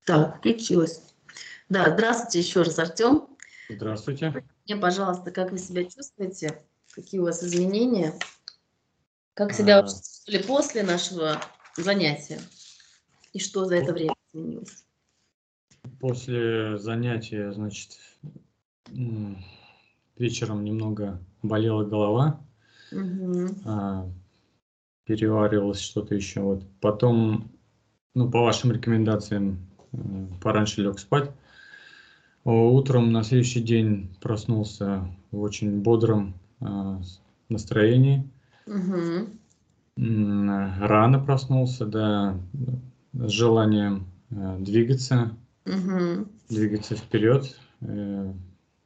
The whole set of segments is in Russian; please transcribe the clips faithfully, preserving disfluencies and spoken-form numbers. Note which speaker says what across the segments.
Speaker 1: Так, включилась. Да, здравствуйте еще раз, Артем.
Speaker 2: Здравствуйте.
Speaker 1: Мне, пожалуйста, как вы себя чувствуете? Какие у вас изменения? Как себя
Speaker 2: А,
Speaker 1: чувствовали после нашего занятия? И что за это время изменилось?
Speaker 2: После занятия, значит, м, вечером немного болела голова,
Speaker 1: Угу.
Speaker 2: а, переваривалось что-то еще. Вот. Потом, ну, по вашим рекомендациям, э, пораньше лег спать. А Утром на следующий день проснулся в очень бодром а, с- настроении.
Speaker 1: Угу.
Speaker 2: М, Рано проснулся, да, с желанием э, двигаться,
Speaker 1: Угу.
Speaker 2: двигаться вперед. э,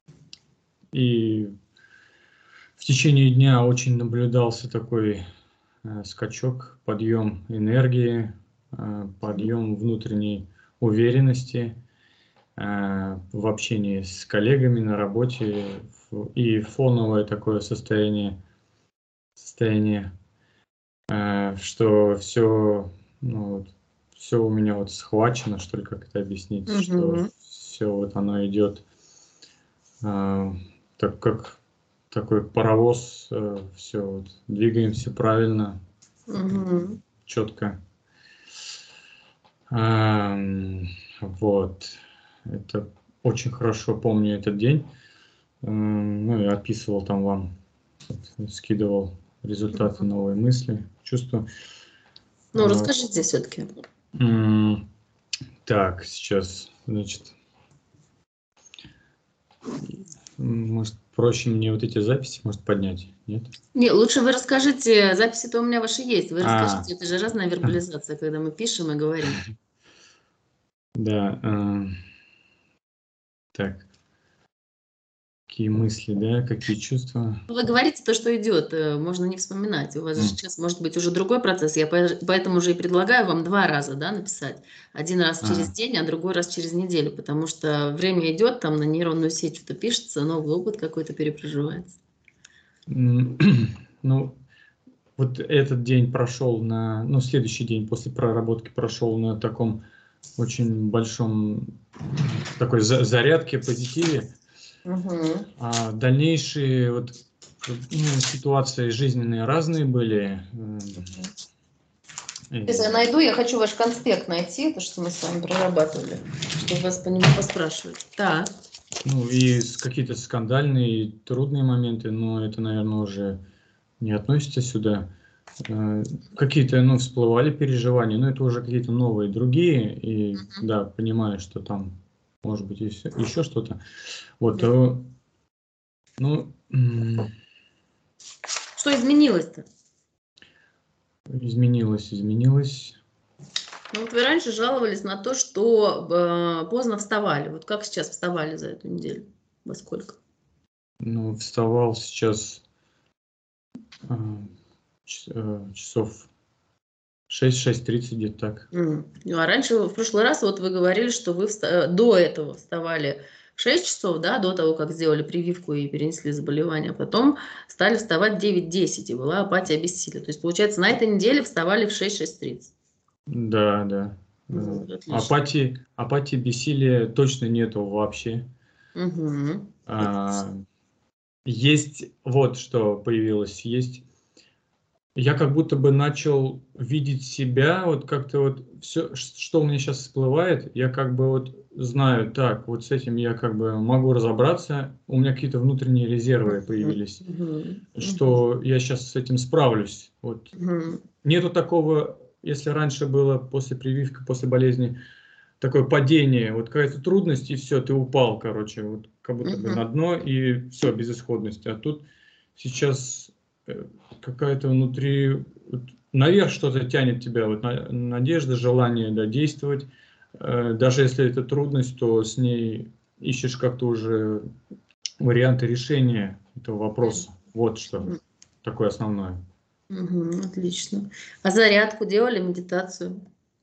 Speaker 2: И в течение дня очень наблюдался такой э, скачок, подъем энергии, э, подъем внутренней уверенности э, в общении с коллегами на работе ф- и фоновое такое состояние, состояние, э, что все, ну, вот, все у меня вот схвачено, что ли, как это объяснить, что
Speaker 1: Угу.
Speaker 2: все вот оно идет э, так как такой паровоз, все вот, двигаемся правильно,
Speaker 1: Угу.
Speaker 2: четко. Ам, Вот. Это очень хорошо помню этот день. М, Ну, я описывал там вам, вот, скидывал результаты, новые мысли, чувства.
Speaker 1: Ну,
Speaker 2: А,
Speaker 1: расскажите все-таки.
Speaker 2: м, Так, сейчас, значит, м, может, проще мне вот эти записи, может, поднять? Нет?
Speaker 1: Не, лучше вы расскажите, записи-то у меня ваши есть. Вы
Speaker 2: А,
Speaker 1: расскажите, это же разная вербализация, когда мы пишем и говорим.
Speaker 2: да. ам, Так, какие мысли, да, какие чувства?
Speaker 1: Вы говорите то, что идет, э, можно не вспоминать. У вас же
Speaker 2: М,
Speaker 1: сейчас может быть уже другой процесс. Я пое- поэтому уже и предлагаю вам два раза, да, написать. Один раз через
Speaker 2: а,
Speaker 1: день, а другой раз через неделю, потому что время идет, там на нейронную сеть что-то пишется, новый опыт какой-то перепроживается.
Speaker 2: м, Ну, вот этот день прошел на, ну, следующий день после проработки прошел на таком очень большом такой за- зарядке, позитиве.
Speaker 1: Мгм.
Speaker 2: А дальнейшие вот, ну, ситуации жизненные разные были. м,
Speaker 1: Сейчас я
Speaker 2: и,
Speaker 1: найду, я хочу ваш конспект найти, то, что мы с вами прорабатывали, чтобы вас по нему поспрашивать. Так.
Speaker 2: ну, и с- какие-то скандальные и трудные моменты, но это, наверное, уже не относится сюда. Э, Какие-то, ну, всплывали переживания, но это уже какие-то новые, другие, и да, понимаю, что там может быть еще, еще что-то. Вот,
Speaker 1: Мгм.
Speaker 2: э, ну, м,
Speaker 1: Что изменилось-то?
Speaker 2: изменилось, изменилось.
Speaker 1: Ну, вот вы раньше жаловались на то, что э, поздно вставали. Вот как сейчас вставали за эту неделю? Во сколько?
Speaker 2: Ну, вставал сейчас э, ч- э, часов шесть тридцать где-то так.
Speaker 1: М. Ну, а раньше, в прошлый раз, вот вы говорили, что вы вста- э, до этого вставали в шесть часов, да, до того, как сделали прививку и перенесли заболевание. Потом стали вставать в девять десять, и была апатия бессилия. То есть, получается, на этой неделе вставали в шесть тридцать.
Speaker 2: Да, да. Э,
Speaker 1: Вот, отлично.
Speaker 2: Апатии, апатии, бессилия точно нету вообще.
Speaker 1: Мгм.
Speaker 2: А, Есть вот что появилось, есть. Я как будто бы начал видеть себя, вот как-то вот все, что у меня сейчас всплывает, я как бы вот знаю, так, вот с этим я как бы могу разобраться, у меня какие-то внутренние резервы
Speaker 1: Мгм.
Speaker 2: появились,
Speaker 1: Мгм. Мгм.
Speaker 2: что я сейчас с этим справлюсь. Вот
Speaker 1: Мгм.
Speaker 2: нету такого, если раньше было после прививки, после болезни, такое падение, вот какая-то трудность, и все, ты упал, короче, вот как будто бы
Speaker 1: Мгм.
Speaker 2: на дно, и все, безысходность. А тут сейчас э, какая-то внутри, вот, наверх что-то тянет тебя, вот на- надежда, желание, да, действовать. Э, Даже если это трудность, то с ней ищешь как-то уже варианты решения этого вопроса. Вот что такое основное.
Speaker 1: Мгм. Отлично. А зарядку делали, медитацию?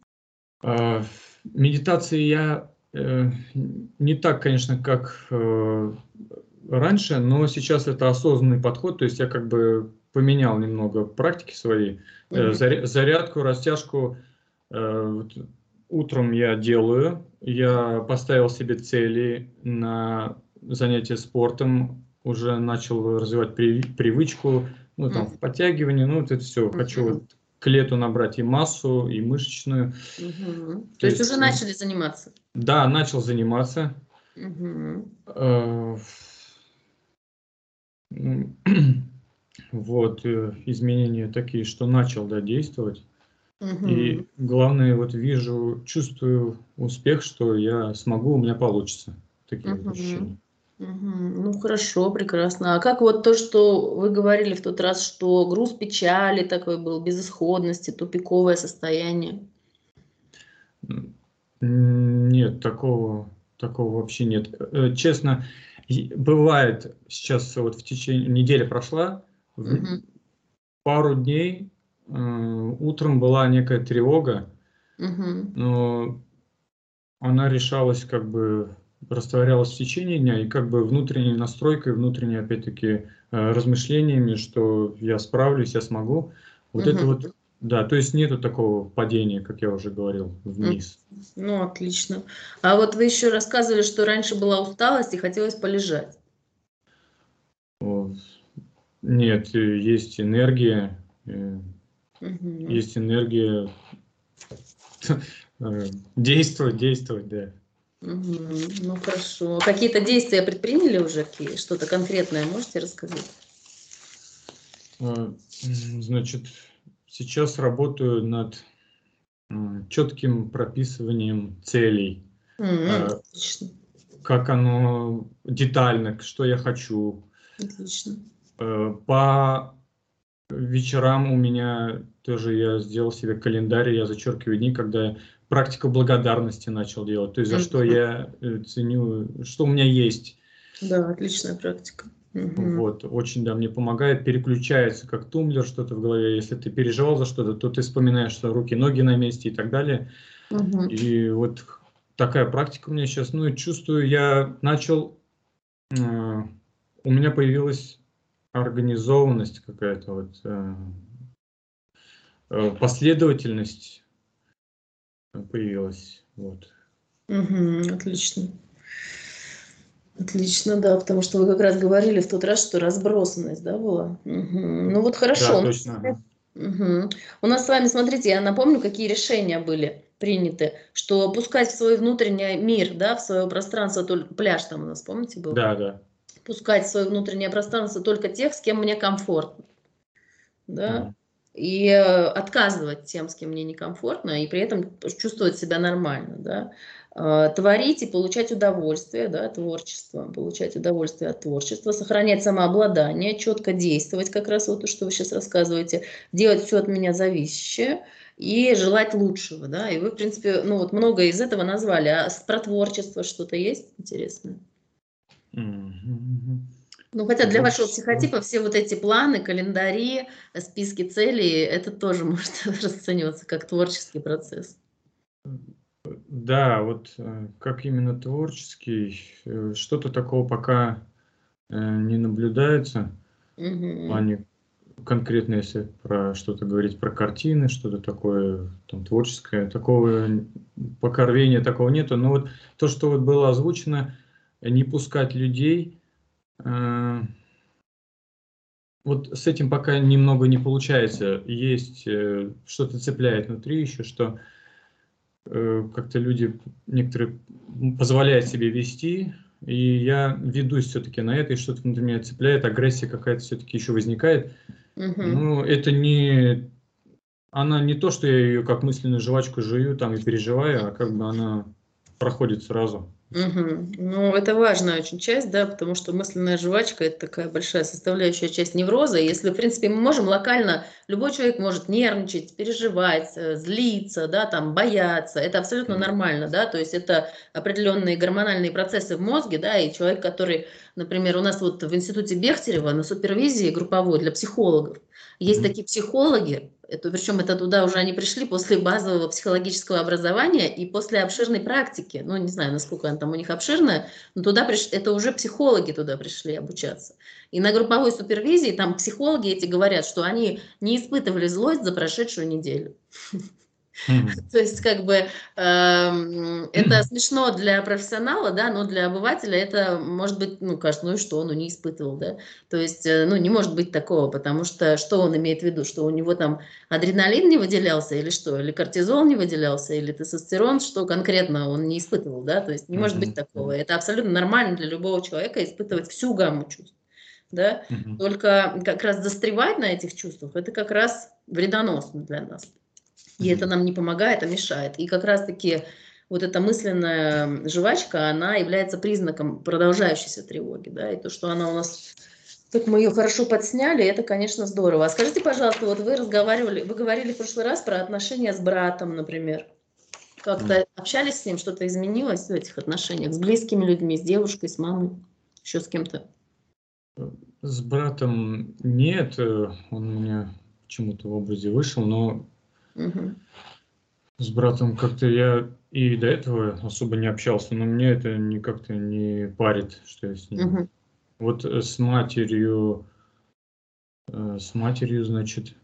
Speaker 2: А, Медитации я э, не так, конечно, как э, раньше, но сейчас это осознанный подход, то есть я как бы поменял немного практики свои, Э,
Speaker 1: Мгм.
Speaker 2: заря- зарядку, растяжку, э, вот утром я делаю, я поставил себе цели на занятие спортом, уже начал развивать приви- привычку, ну, там, в
Speaker 1: Мгм.
Speaker 2: подтягивании, ну, вот это все. Хочу
Speaker 1: Мгм.
Speaker 2: вот к лету набрать и массу, и мышечную.
Speaker 1: Мгм. То
Speaker 2: То
Speaker 1: есть уже
Speaker 2: есть, э,
Speaker 1: начали заниматься?
Speaker 2: да, начал заниматься.
Speaker 1: Мгм.
Speaker 2: Э, м, Вот, э, изменения такие, что начал, да, действовать.
Speaker 1: Мгм.
Speaker 2: И главное, вот вижу, чувствую успех, что я смогу, у меня получится. Такие вот ощущения.
Speaker 1: Мгм. Мгм. Ну хорошо, прекрасно. А как вот то, что вы говорили в тот раз, что груз печали такой был, безысходности, тупиковое состояние?
Speaker 2: М, м, Нет, такого, такого вообще нет. Э, Честно, и бывает, сейчас вот в течение недели прошла, в
Speaker 1: Мгм.
Speaker 2: пару дней э, утром была некая тревога,
Speaker 1: Мгм.
Speaker 2: но она решалась как бы, растворялась в течение дня, и как бы внутренней настройкой, внутренней, опять-таки, э, размышлениями, что я справлюсь, я смогу. Вот это
Speaker 1: Мгм.
Speaker 2: вот, да, то есть нету такого падения, как я уже говорил,
Speaker 1: М.
Speaker 2: вниз.
Speaker 1: Ну, отлично. А вот вы еще рассказывали, что раньше была усталость и хотелось полежать.
Speaker 2: Вот. Нет, э, есть энергия, э,
Speaker 1: Мгм.
Speaker 2: есть энергия э, действовать, действовать, да.
Speaker 1: Мгм. Ну хорошо. Какие-то действия предприняли уже? Какие- Что-то конкретное можете рассказать?
Speaker 2: А, м, Значит, сейчас работаю над четким прописыванием целей,
Speaker 1: М,
Speaker 2: а,
Speaker 1: Отлично.
Speaker 2: как оно детально, что я хочу.
Speaker 1: Отлично.
Speaker 2: Э, По вечерам у меня тоже я сделал себе календарь, я зачеркиваю дни, когда я практику благодарности начал делать, то есть за что
Speaker 1: Мгм.
Speaker 2: я э, ценю, что у меня есть.
Speaker 1: Да, отличная практика. Мгм.
Speaker 2: Вот, очень, да, мне помогает, переключается как тумблер что-то в голове. Если ты переживал за что-то, то ты вспоминаешь, что руки, ноги на месте и так далее.
Speaker 1: Мгм.
Speaker 2: И вот такая практика у меня сейчас. Ну и чувствую, я начал, э, у меня появилась организованность какая-то, вот, э, э, последовательность появилась. Вот.
Speaker 1: Мгм. Отлично. Отлично, да, потому что вы как раз говорили в тот раз, что разбросанность, да, была? Мгм. Ну вот
Speaker 2: Да,
Speaker 1: хорошо. У нас с
Speaker 2: точно.
Speaker 1: вами
Speaker 2: Ага.
Speaker 1: Мгм. У нас с вами, смотрите, я напомню, какие решения были приняты, что пускать в свой внутренний мир, да, в свое пространство, только пляж там у нас, помните, был?
Speaker 2: Да, да.
Speaker 1: Пускать в свое внутреннее пространство только тех, с кем мне комфортно, да,
Speaker 2: Мгм.
Speaker 1: и э, отказывать тем, с кем мне некомфортно, и при этом чувствовать себя нормально, да. Э, Творить и получать удовольствие, да, творчество, получать удовольствие от творчества, сохранять самообладание, четко действовать, как раз вот то, что вы сейчас рассказываете, делать все от меня зависящее и желать лучшего, да. И вы, в принципе, ну вот многое из этого назвали. А с- про творчество что-то есть интересное?
Speaker 2: Мгм.
Speaker 1: Ну, хотя для вашего
Speaker 2: Творчество.
Speaker 1: психотипа все вот эти планы, календари, э, списки целей — это тоже может расцениваться как творческий процесс.
Speaker 2: Да, вот э, как именно творческий, э, что-то такого пока э, не наблюдается. В
Speaker 1: Мгм.
Speaker 2: плане конкретно, если про что-то говорить про картины, что-то такое там творческое, такого н- пока рвения такого нету. Но вот то, что вот было озвучено, э, не пускать людей, э, вот с этим пока немного не получается. Есть э, что-то цепляет внутри еще, что э, как-то люди некоторые м, позволяют себе вести, и я ведусь все-таки на это, и что-то внутри меня цепляет, агрессия какая-то все-таки еще возникает.
Speaker 1: Мгм.
Speaker 2: Ну, это не, она не то, что я ее как мысленную жвачку жую там и переживаю, а как бы она проходит сразу. И всё.
Speaker 1: Мгм. Ну, это важная очень часть, да, потому что мысленная жвачка — это такая большая составляющая часть невроза. И если, в принципе, мы можем локально, любой человек может нервничать, переживать, э, злиться, да, там, бояться. Это абсолютно
Speaker 2: М,
Speaker 1: нормально, да, то есть это определенные гормональные процессы в мозге, да, и человек, который, например, у нас вот в институте Бехтерева на супервизии групповой для психологов есть
Speaker 2: мгм,
Speaker 1: такие психологи, это, причем это туда уже они пришли после базового психологического образования и после обширной практики. Ну, не знаю, насколько она там у них обширная, но туда приш... это уже психологи туда пришли обучаться. И на групповой супервизии там психологи эти говорят, что они не испытывали злость за прошедшую неделю.
Speaker 2: Мгм.
Speaker 1: То есть, как бы, эм, это смешно для профессионала, да, но для обывателя это может быть, ну, кажется, ну и что, он не испытывал, да. То есть, э, ну, не может быть такого, потому что что он имеет в виду, что у него там адреналин не выделялся или что, или кортизол не выделялся, или тестостерон, что конкретно он не испытывал, да, то есть не может быть
Speaker 2: Мгм.
Speaker 1: такого.
Speaker 2: Мгм.
Speaker 1: Это абсолютно нормально для любого человека испытывать всю гамму чувств, да.
Speaker 2: Мгм.
Speaker 1: Только как раз застревать на этих чувствах, это как раз вредоносно для нас. И это
Speaker 2: Мгм.
Speaker 1: нам не помогает, а мешает. И как раз-таки вот эта мысленная жвачка, она является признаком продолжающейся тревоги, да, и то, что она у нас, как мы ее хорошо подсняли, это, конечно, здорово. А скажите, пожалуйста, вот вы разговаривали, вы говорили в прошлый раз про отношения с братом, например.
Speaker 2: М.
Speaker 1: Как-то общались с ним, что-то изменилось в этих отношениях с близкими людьми, с девушкой, с мамой, еще с кем-то?
Speaker 2: Э, С братом нет, э, он у меня почему-то в образе вышел, но
Speaker 1: Мгм.
Speaker 2: с братом как-то я и до этого особо не общался, но мне это не как-то не парит, что я с ним.
Speaker 1: Мгм.
Speaker 2: Вот э, с матерью, э, с матерью, значит,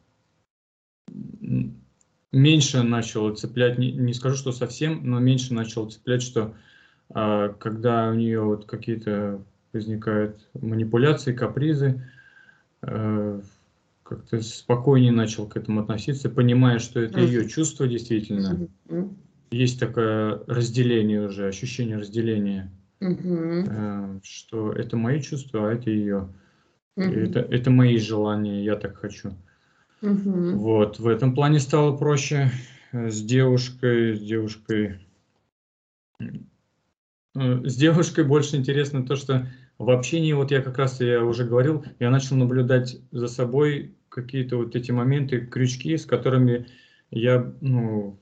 Speaker 2: м, меньше начало цеплять, не, не скажу, что совсем, но меньше начало цеплять, что а, когда у нее вот какие-то возникают манипуляции, капризы, э, как-то спокойнее начал к этому относиться, понимая, что это
Speaker 1: Мгм.
Speaker 2: ее чувство действительно.
Speaker 1: Мгм.
Speaker 2: Есть такое разделение уже, ощущение разделения,
Speaker 1: Мгм.
Speaker 2: э, что это мои чувства, а это ее.
Speaker 1: Мгм.
Speaker 2: Это, это мои желания, я так хочу.
Speaker 1: Мгм.
Speaker 2: Вот, в этом плане стало проще. Э, С девушкой, с девушкой, м, э, с девушкой больше интересно то, что в общении, вот я как раз, я уже говорил, я начал наблюдать за собой какие-то вот эти моменты, крючки, с которыми я, ну,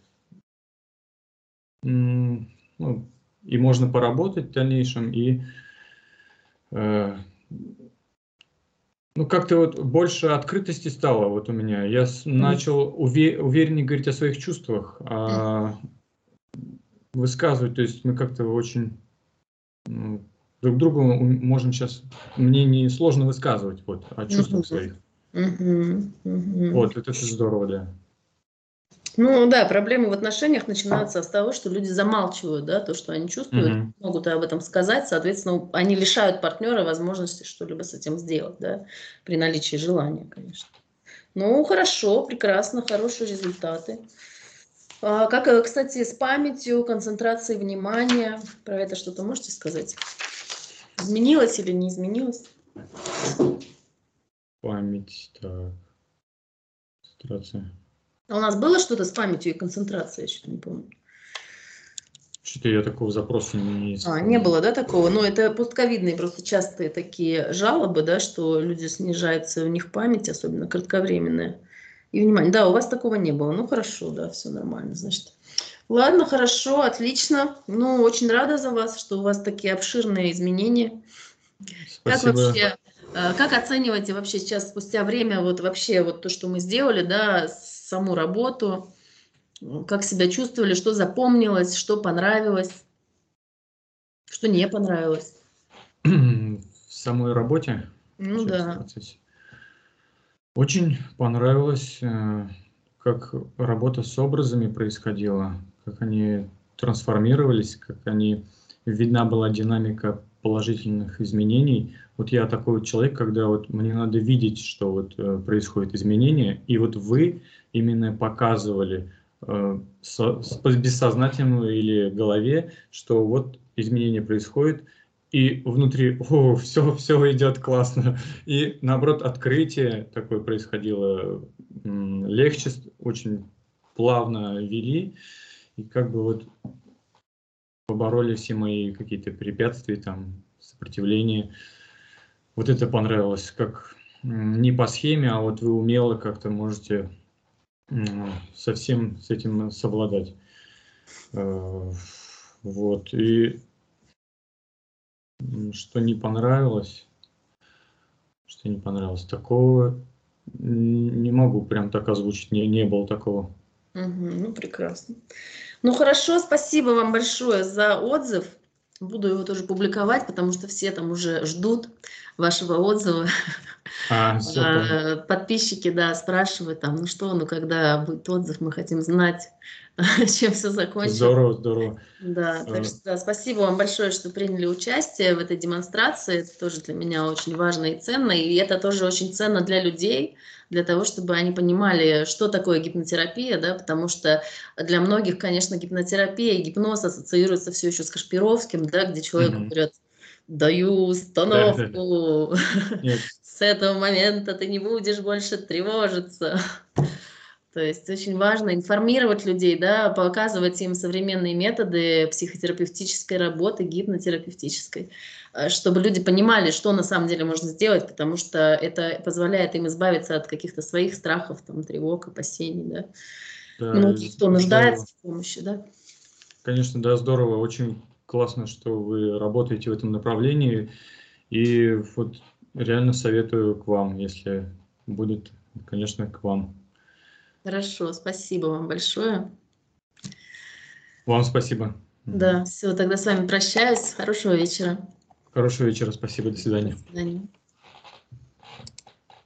Speaker 2: м, ну, и можно поработать в дальнейшем, и э, ну, как-то вот больше открытости стало вот у меня. Я с-
Speaker 1: Мгм.
Speaker 2: начал уве- увереннее говорить о своих чувствах,
Speaker 1: Мгм.
Speaker 2: а, высказывать. То есть мы как-то очень м, друг другу м- можем сейчас, мне не сложно высказывать вот о чувствах
Speaker 1: Мгм.
Speaker 2: своих.
Speaker 1: Мгм. Мгм.
Speaker 2: Вот, это, это здорово, да.
Speaker 1: Ну да, проблемы в отношениях начинаются с того, что люди замалчивают, да, то, что они чувствуют,
Speaker 2: Мгм.
Speaker 1: могут об этом сказать, соответственно, они лишают партнера возможности что-либо с этим сделать, да, при наличии желания, конечно. Ну, хорошо, прекрасно, хорошие результаты. А как, э, кстати, с памятью, концентрацией внимания? Про это что-то можете сказать? Изменилось или не изменилось?
Speaker 2: Память, так, концентрация.
Speaker 1: А у нас было что-то с памятью и концентрацией, я что-то не помню.
Speaker 2: Что-то я такого запроса не
Speaker 1: А, не
Speaker 2: вспомнил.
Speaker 1: было, да, такого? Ну, это постковидные просто частые такие жалобы, да, что люди снижается у них память, особенно кратковременная. И внимание. Да, у вас такого не было. Ну, хорошо, да, все нормально, значит. Ладно, хорошо, отлично. Ну, очень рада за вас, что у вас такие обширные изменения. Как
Speaker 2: Спасибо.
Speaker 1: вообще, э, как оцениваете вообще сейчас, спустя время, вот вообще вот то, что мы сделали, да, саму работу, м, как себя чувствовали, что запомнилось, что понравилось, что не понравилось?
Speaker 2: В самой работе,
Speaker 1: Ну
Speaker 2: сейчас в
Speaker 1: да.
Speaker 2: процессе. Очень понравилось, э, как работа с образами происходила, как они трансформировались, как они видна была динамика положительных изменений. Вот я такой вот человек, когда вот мне надо видеть, что вот э, происходит изменение, и вот вы именно показывали э, со- с- по бессознательному или голове, что вот изменение происходит, и внутри, о, все, все идет классно. И наоборот, открытие такое происходило м, легче, с- очень плавно вели, и как бы вот побороли все мои какие-то препятствия, там, сопротивление. Вот это понравилось, как м, не по схеме, а вот вы умело как-то можете м, совсем с этим совладать. Э, Вот, и м, что не понравилось, что не понравилось, такого м, не могу прям так озвучить, не, не было такого.
Speaker 1: Мгм. Ну, прекрасно. Ну, хорошо, спасибо вам большое за отзыв. Буду его тоже публиковать, потому что все там уже ждут вашего отзыва.
Speaker 2: А, все понял.
Speaker 1: А, Подписчики, да, спрашивают там, ну что, ну когда будет отзыв, мы хотим знать, чем все закончилось.
Speaker 2: Здорово, здорово.
Speaker 1: Да, так
Speaker 2: Э,
Speaker 1: что да, спасибо вам большое, что приняли участие в этой демонстрации. Это тоже для меня очень важно и ценно. И это тоже очень ценно для людей, для того, чтобы они понимали, что такое гипнотерапия, да, потому что для многих, конечно, гипнотерапия и гипноз ассоциируется все еще с Кашпировским, да, где человеку
Speaker 2: мгм.
Speaker 1: говорят: даю
Speaker 2: Да, да, да.
Speaker 1: установку,
Speaker 2: Нет,
Speaker 1: с этого момента ты не будешь больше тревожиться. То есть очень важно информировать людей, да, показывать им современные методы психотерапевтической работы, гипнотерапевтической, э, чтобы люди понимали, что на самом деле можно сделать, потому что это позволяет им избавиться от каких-то своих страхов, там, тревог, опасений, да.
Speaker 2: да,
Speaker 1: Многие, кто
Speaker 2: здорово.
Speaker 1: нуждается в помощи, да.
Speaker 2: Конечно, да, здорово. Очень классно, что вы работаете в этом направлении. И вот реально советую к вам, если будет, конечно, к вам.
Speaker 1: Хорошо, спасибо вам большое.
Speaker 2: Вам спасибо. Мгм.
Speaker 1: Да, все, тогда с вами прощаюсь. Хорошего вечера.
Speaker 2: Хорошего вечера, спасибо, до
Speaker 1: До
Speaker 2: свидания.
Speaker 1: свидания.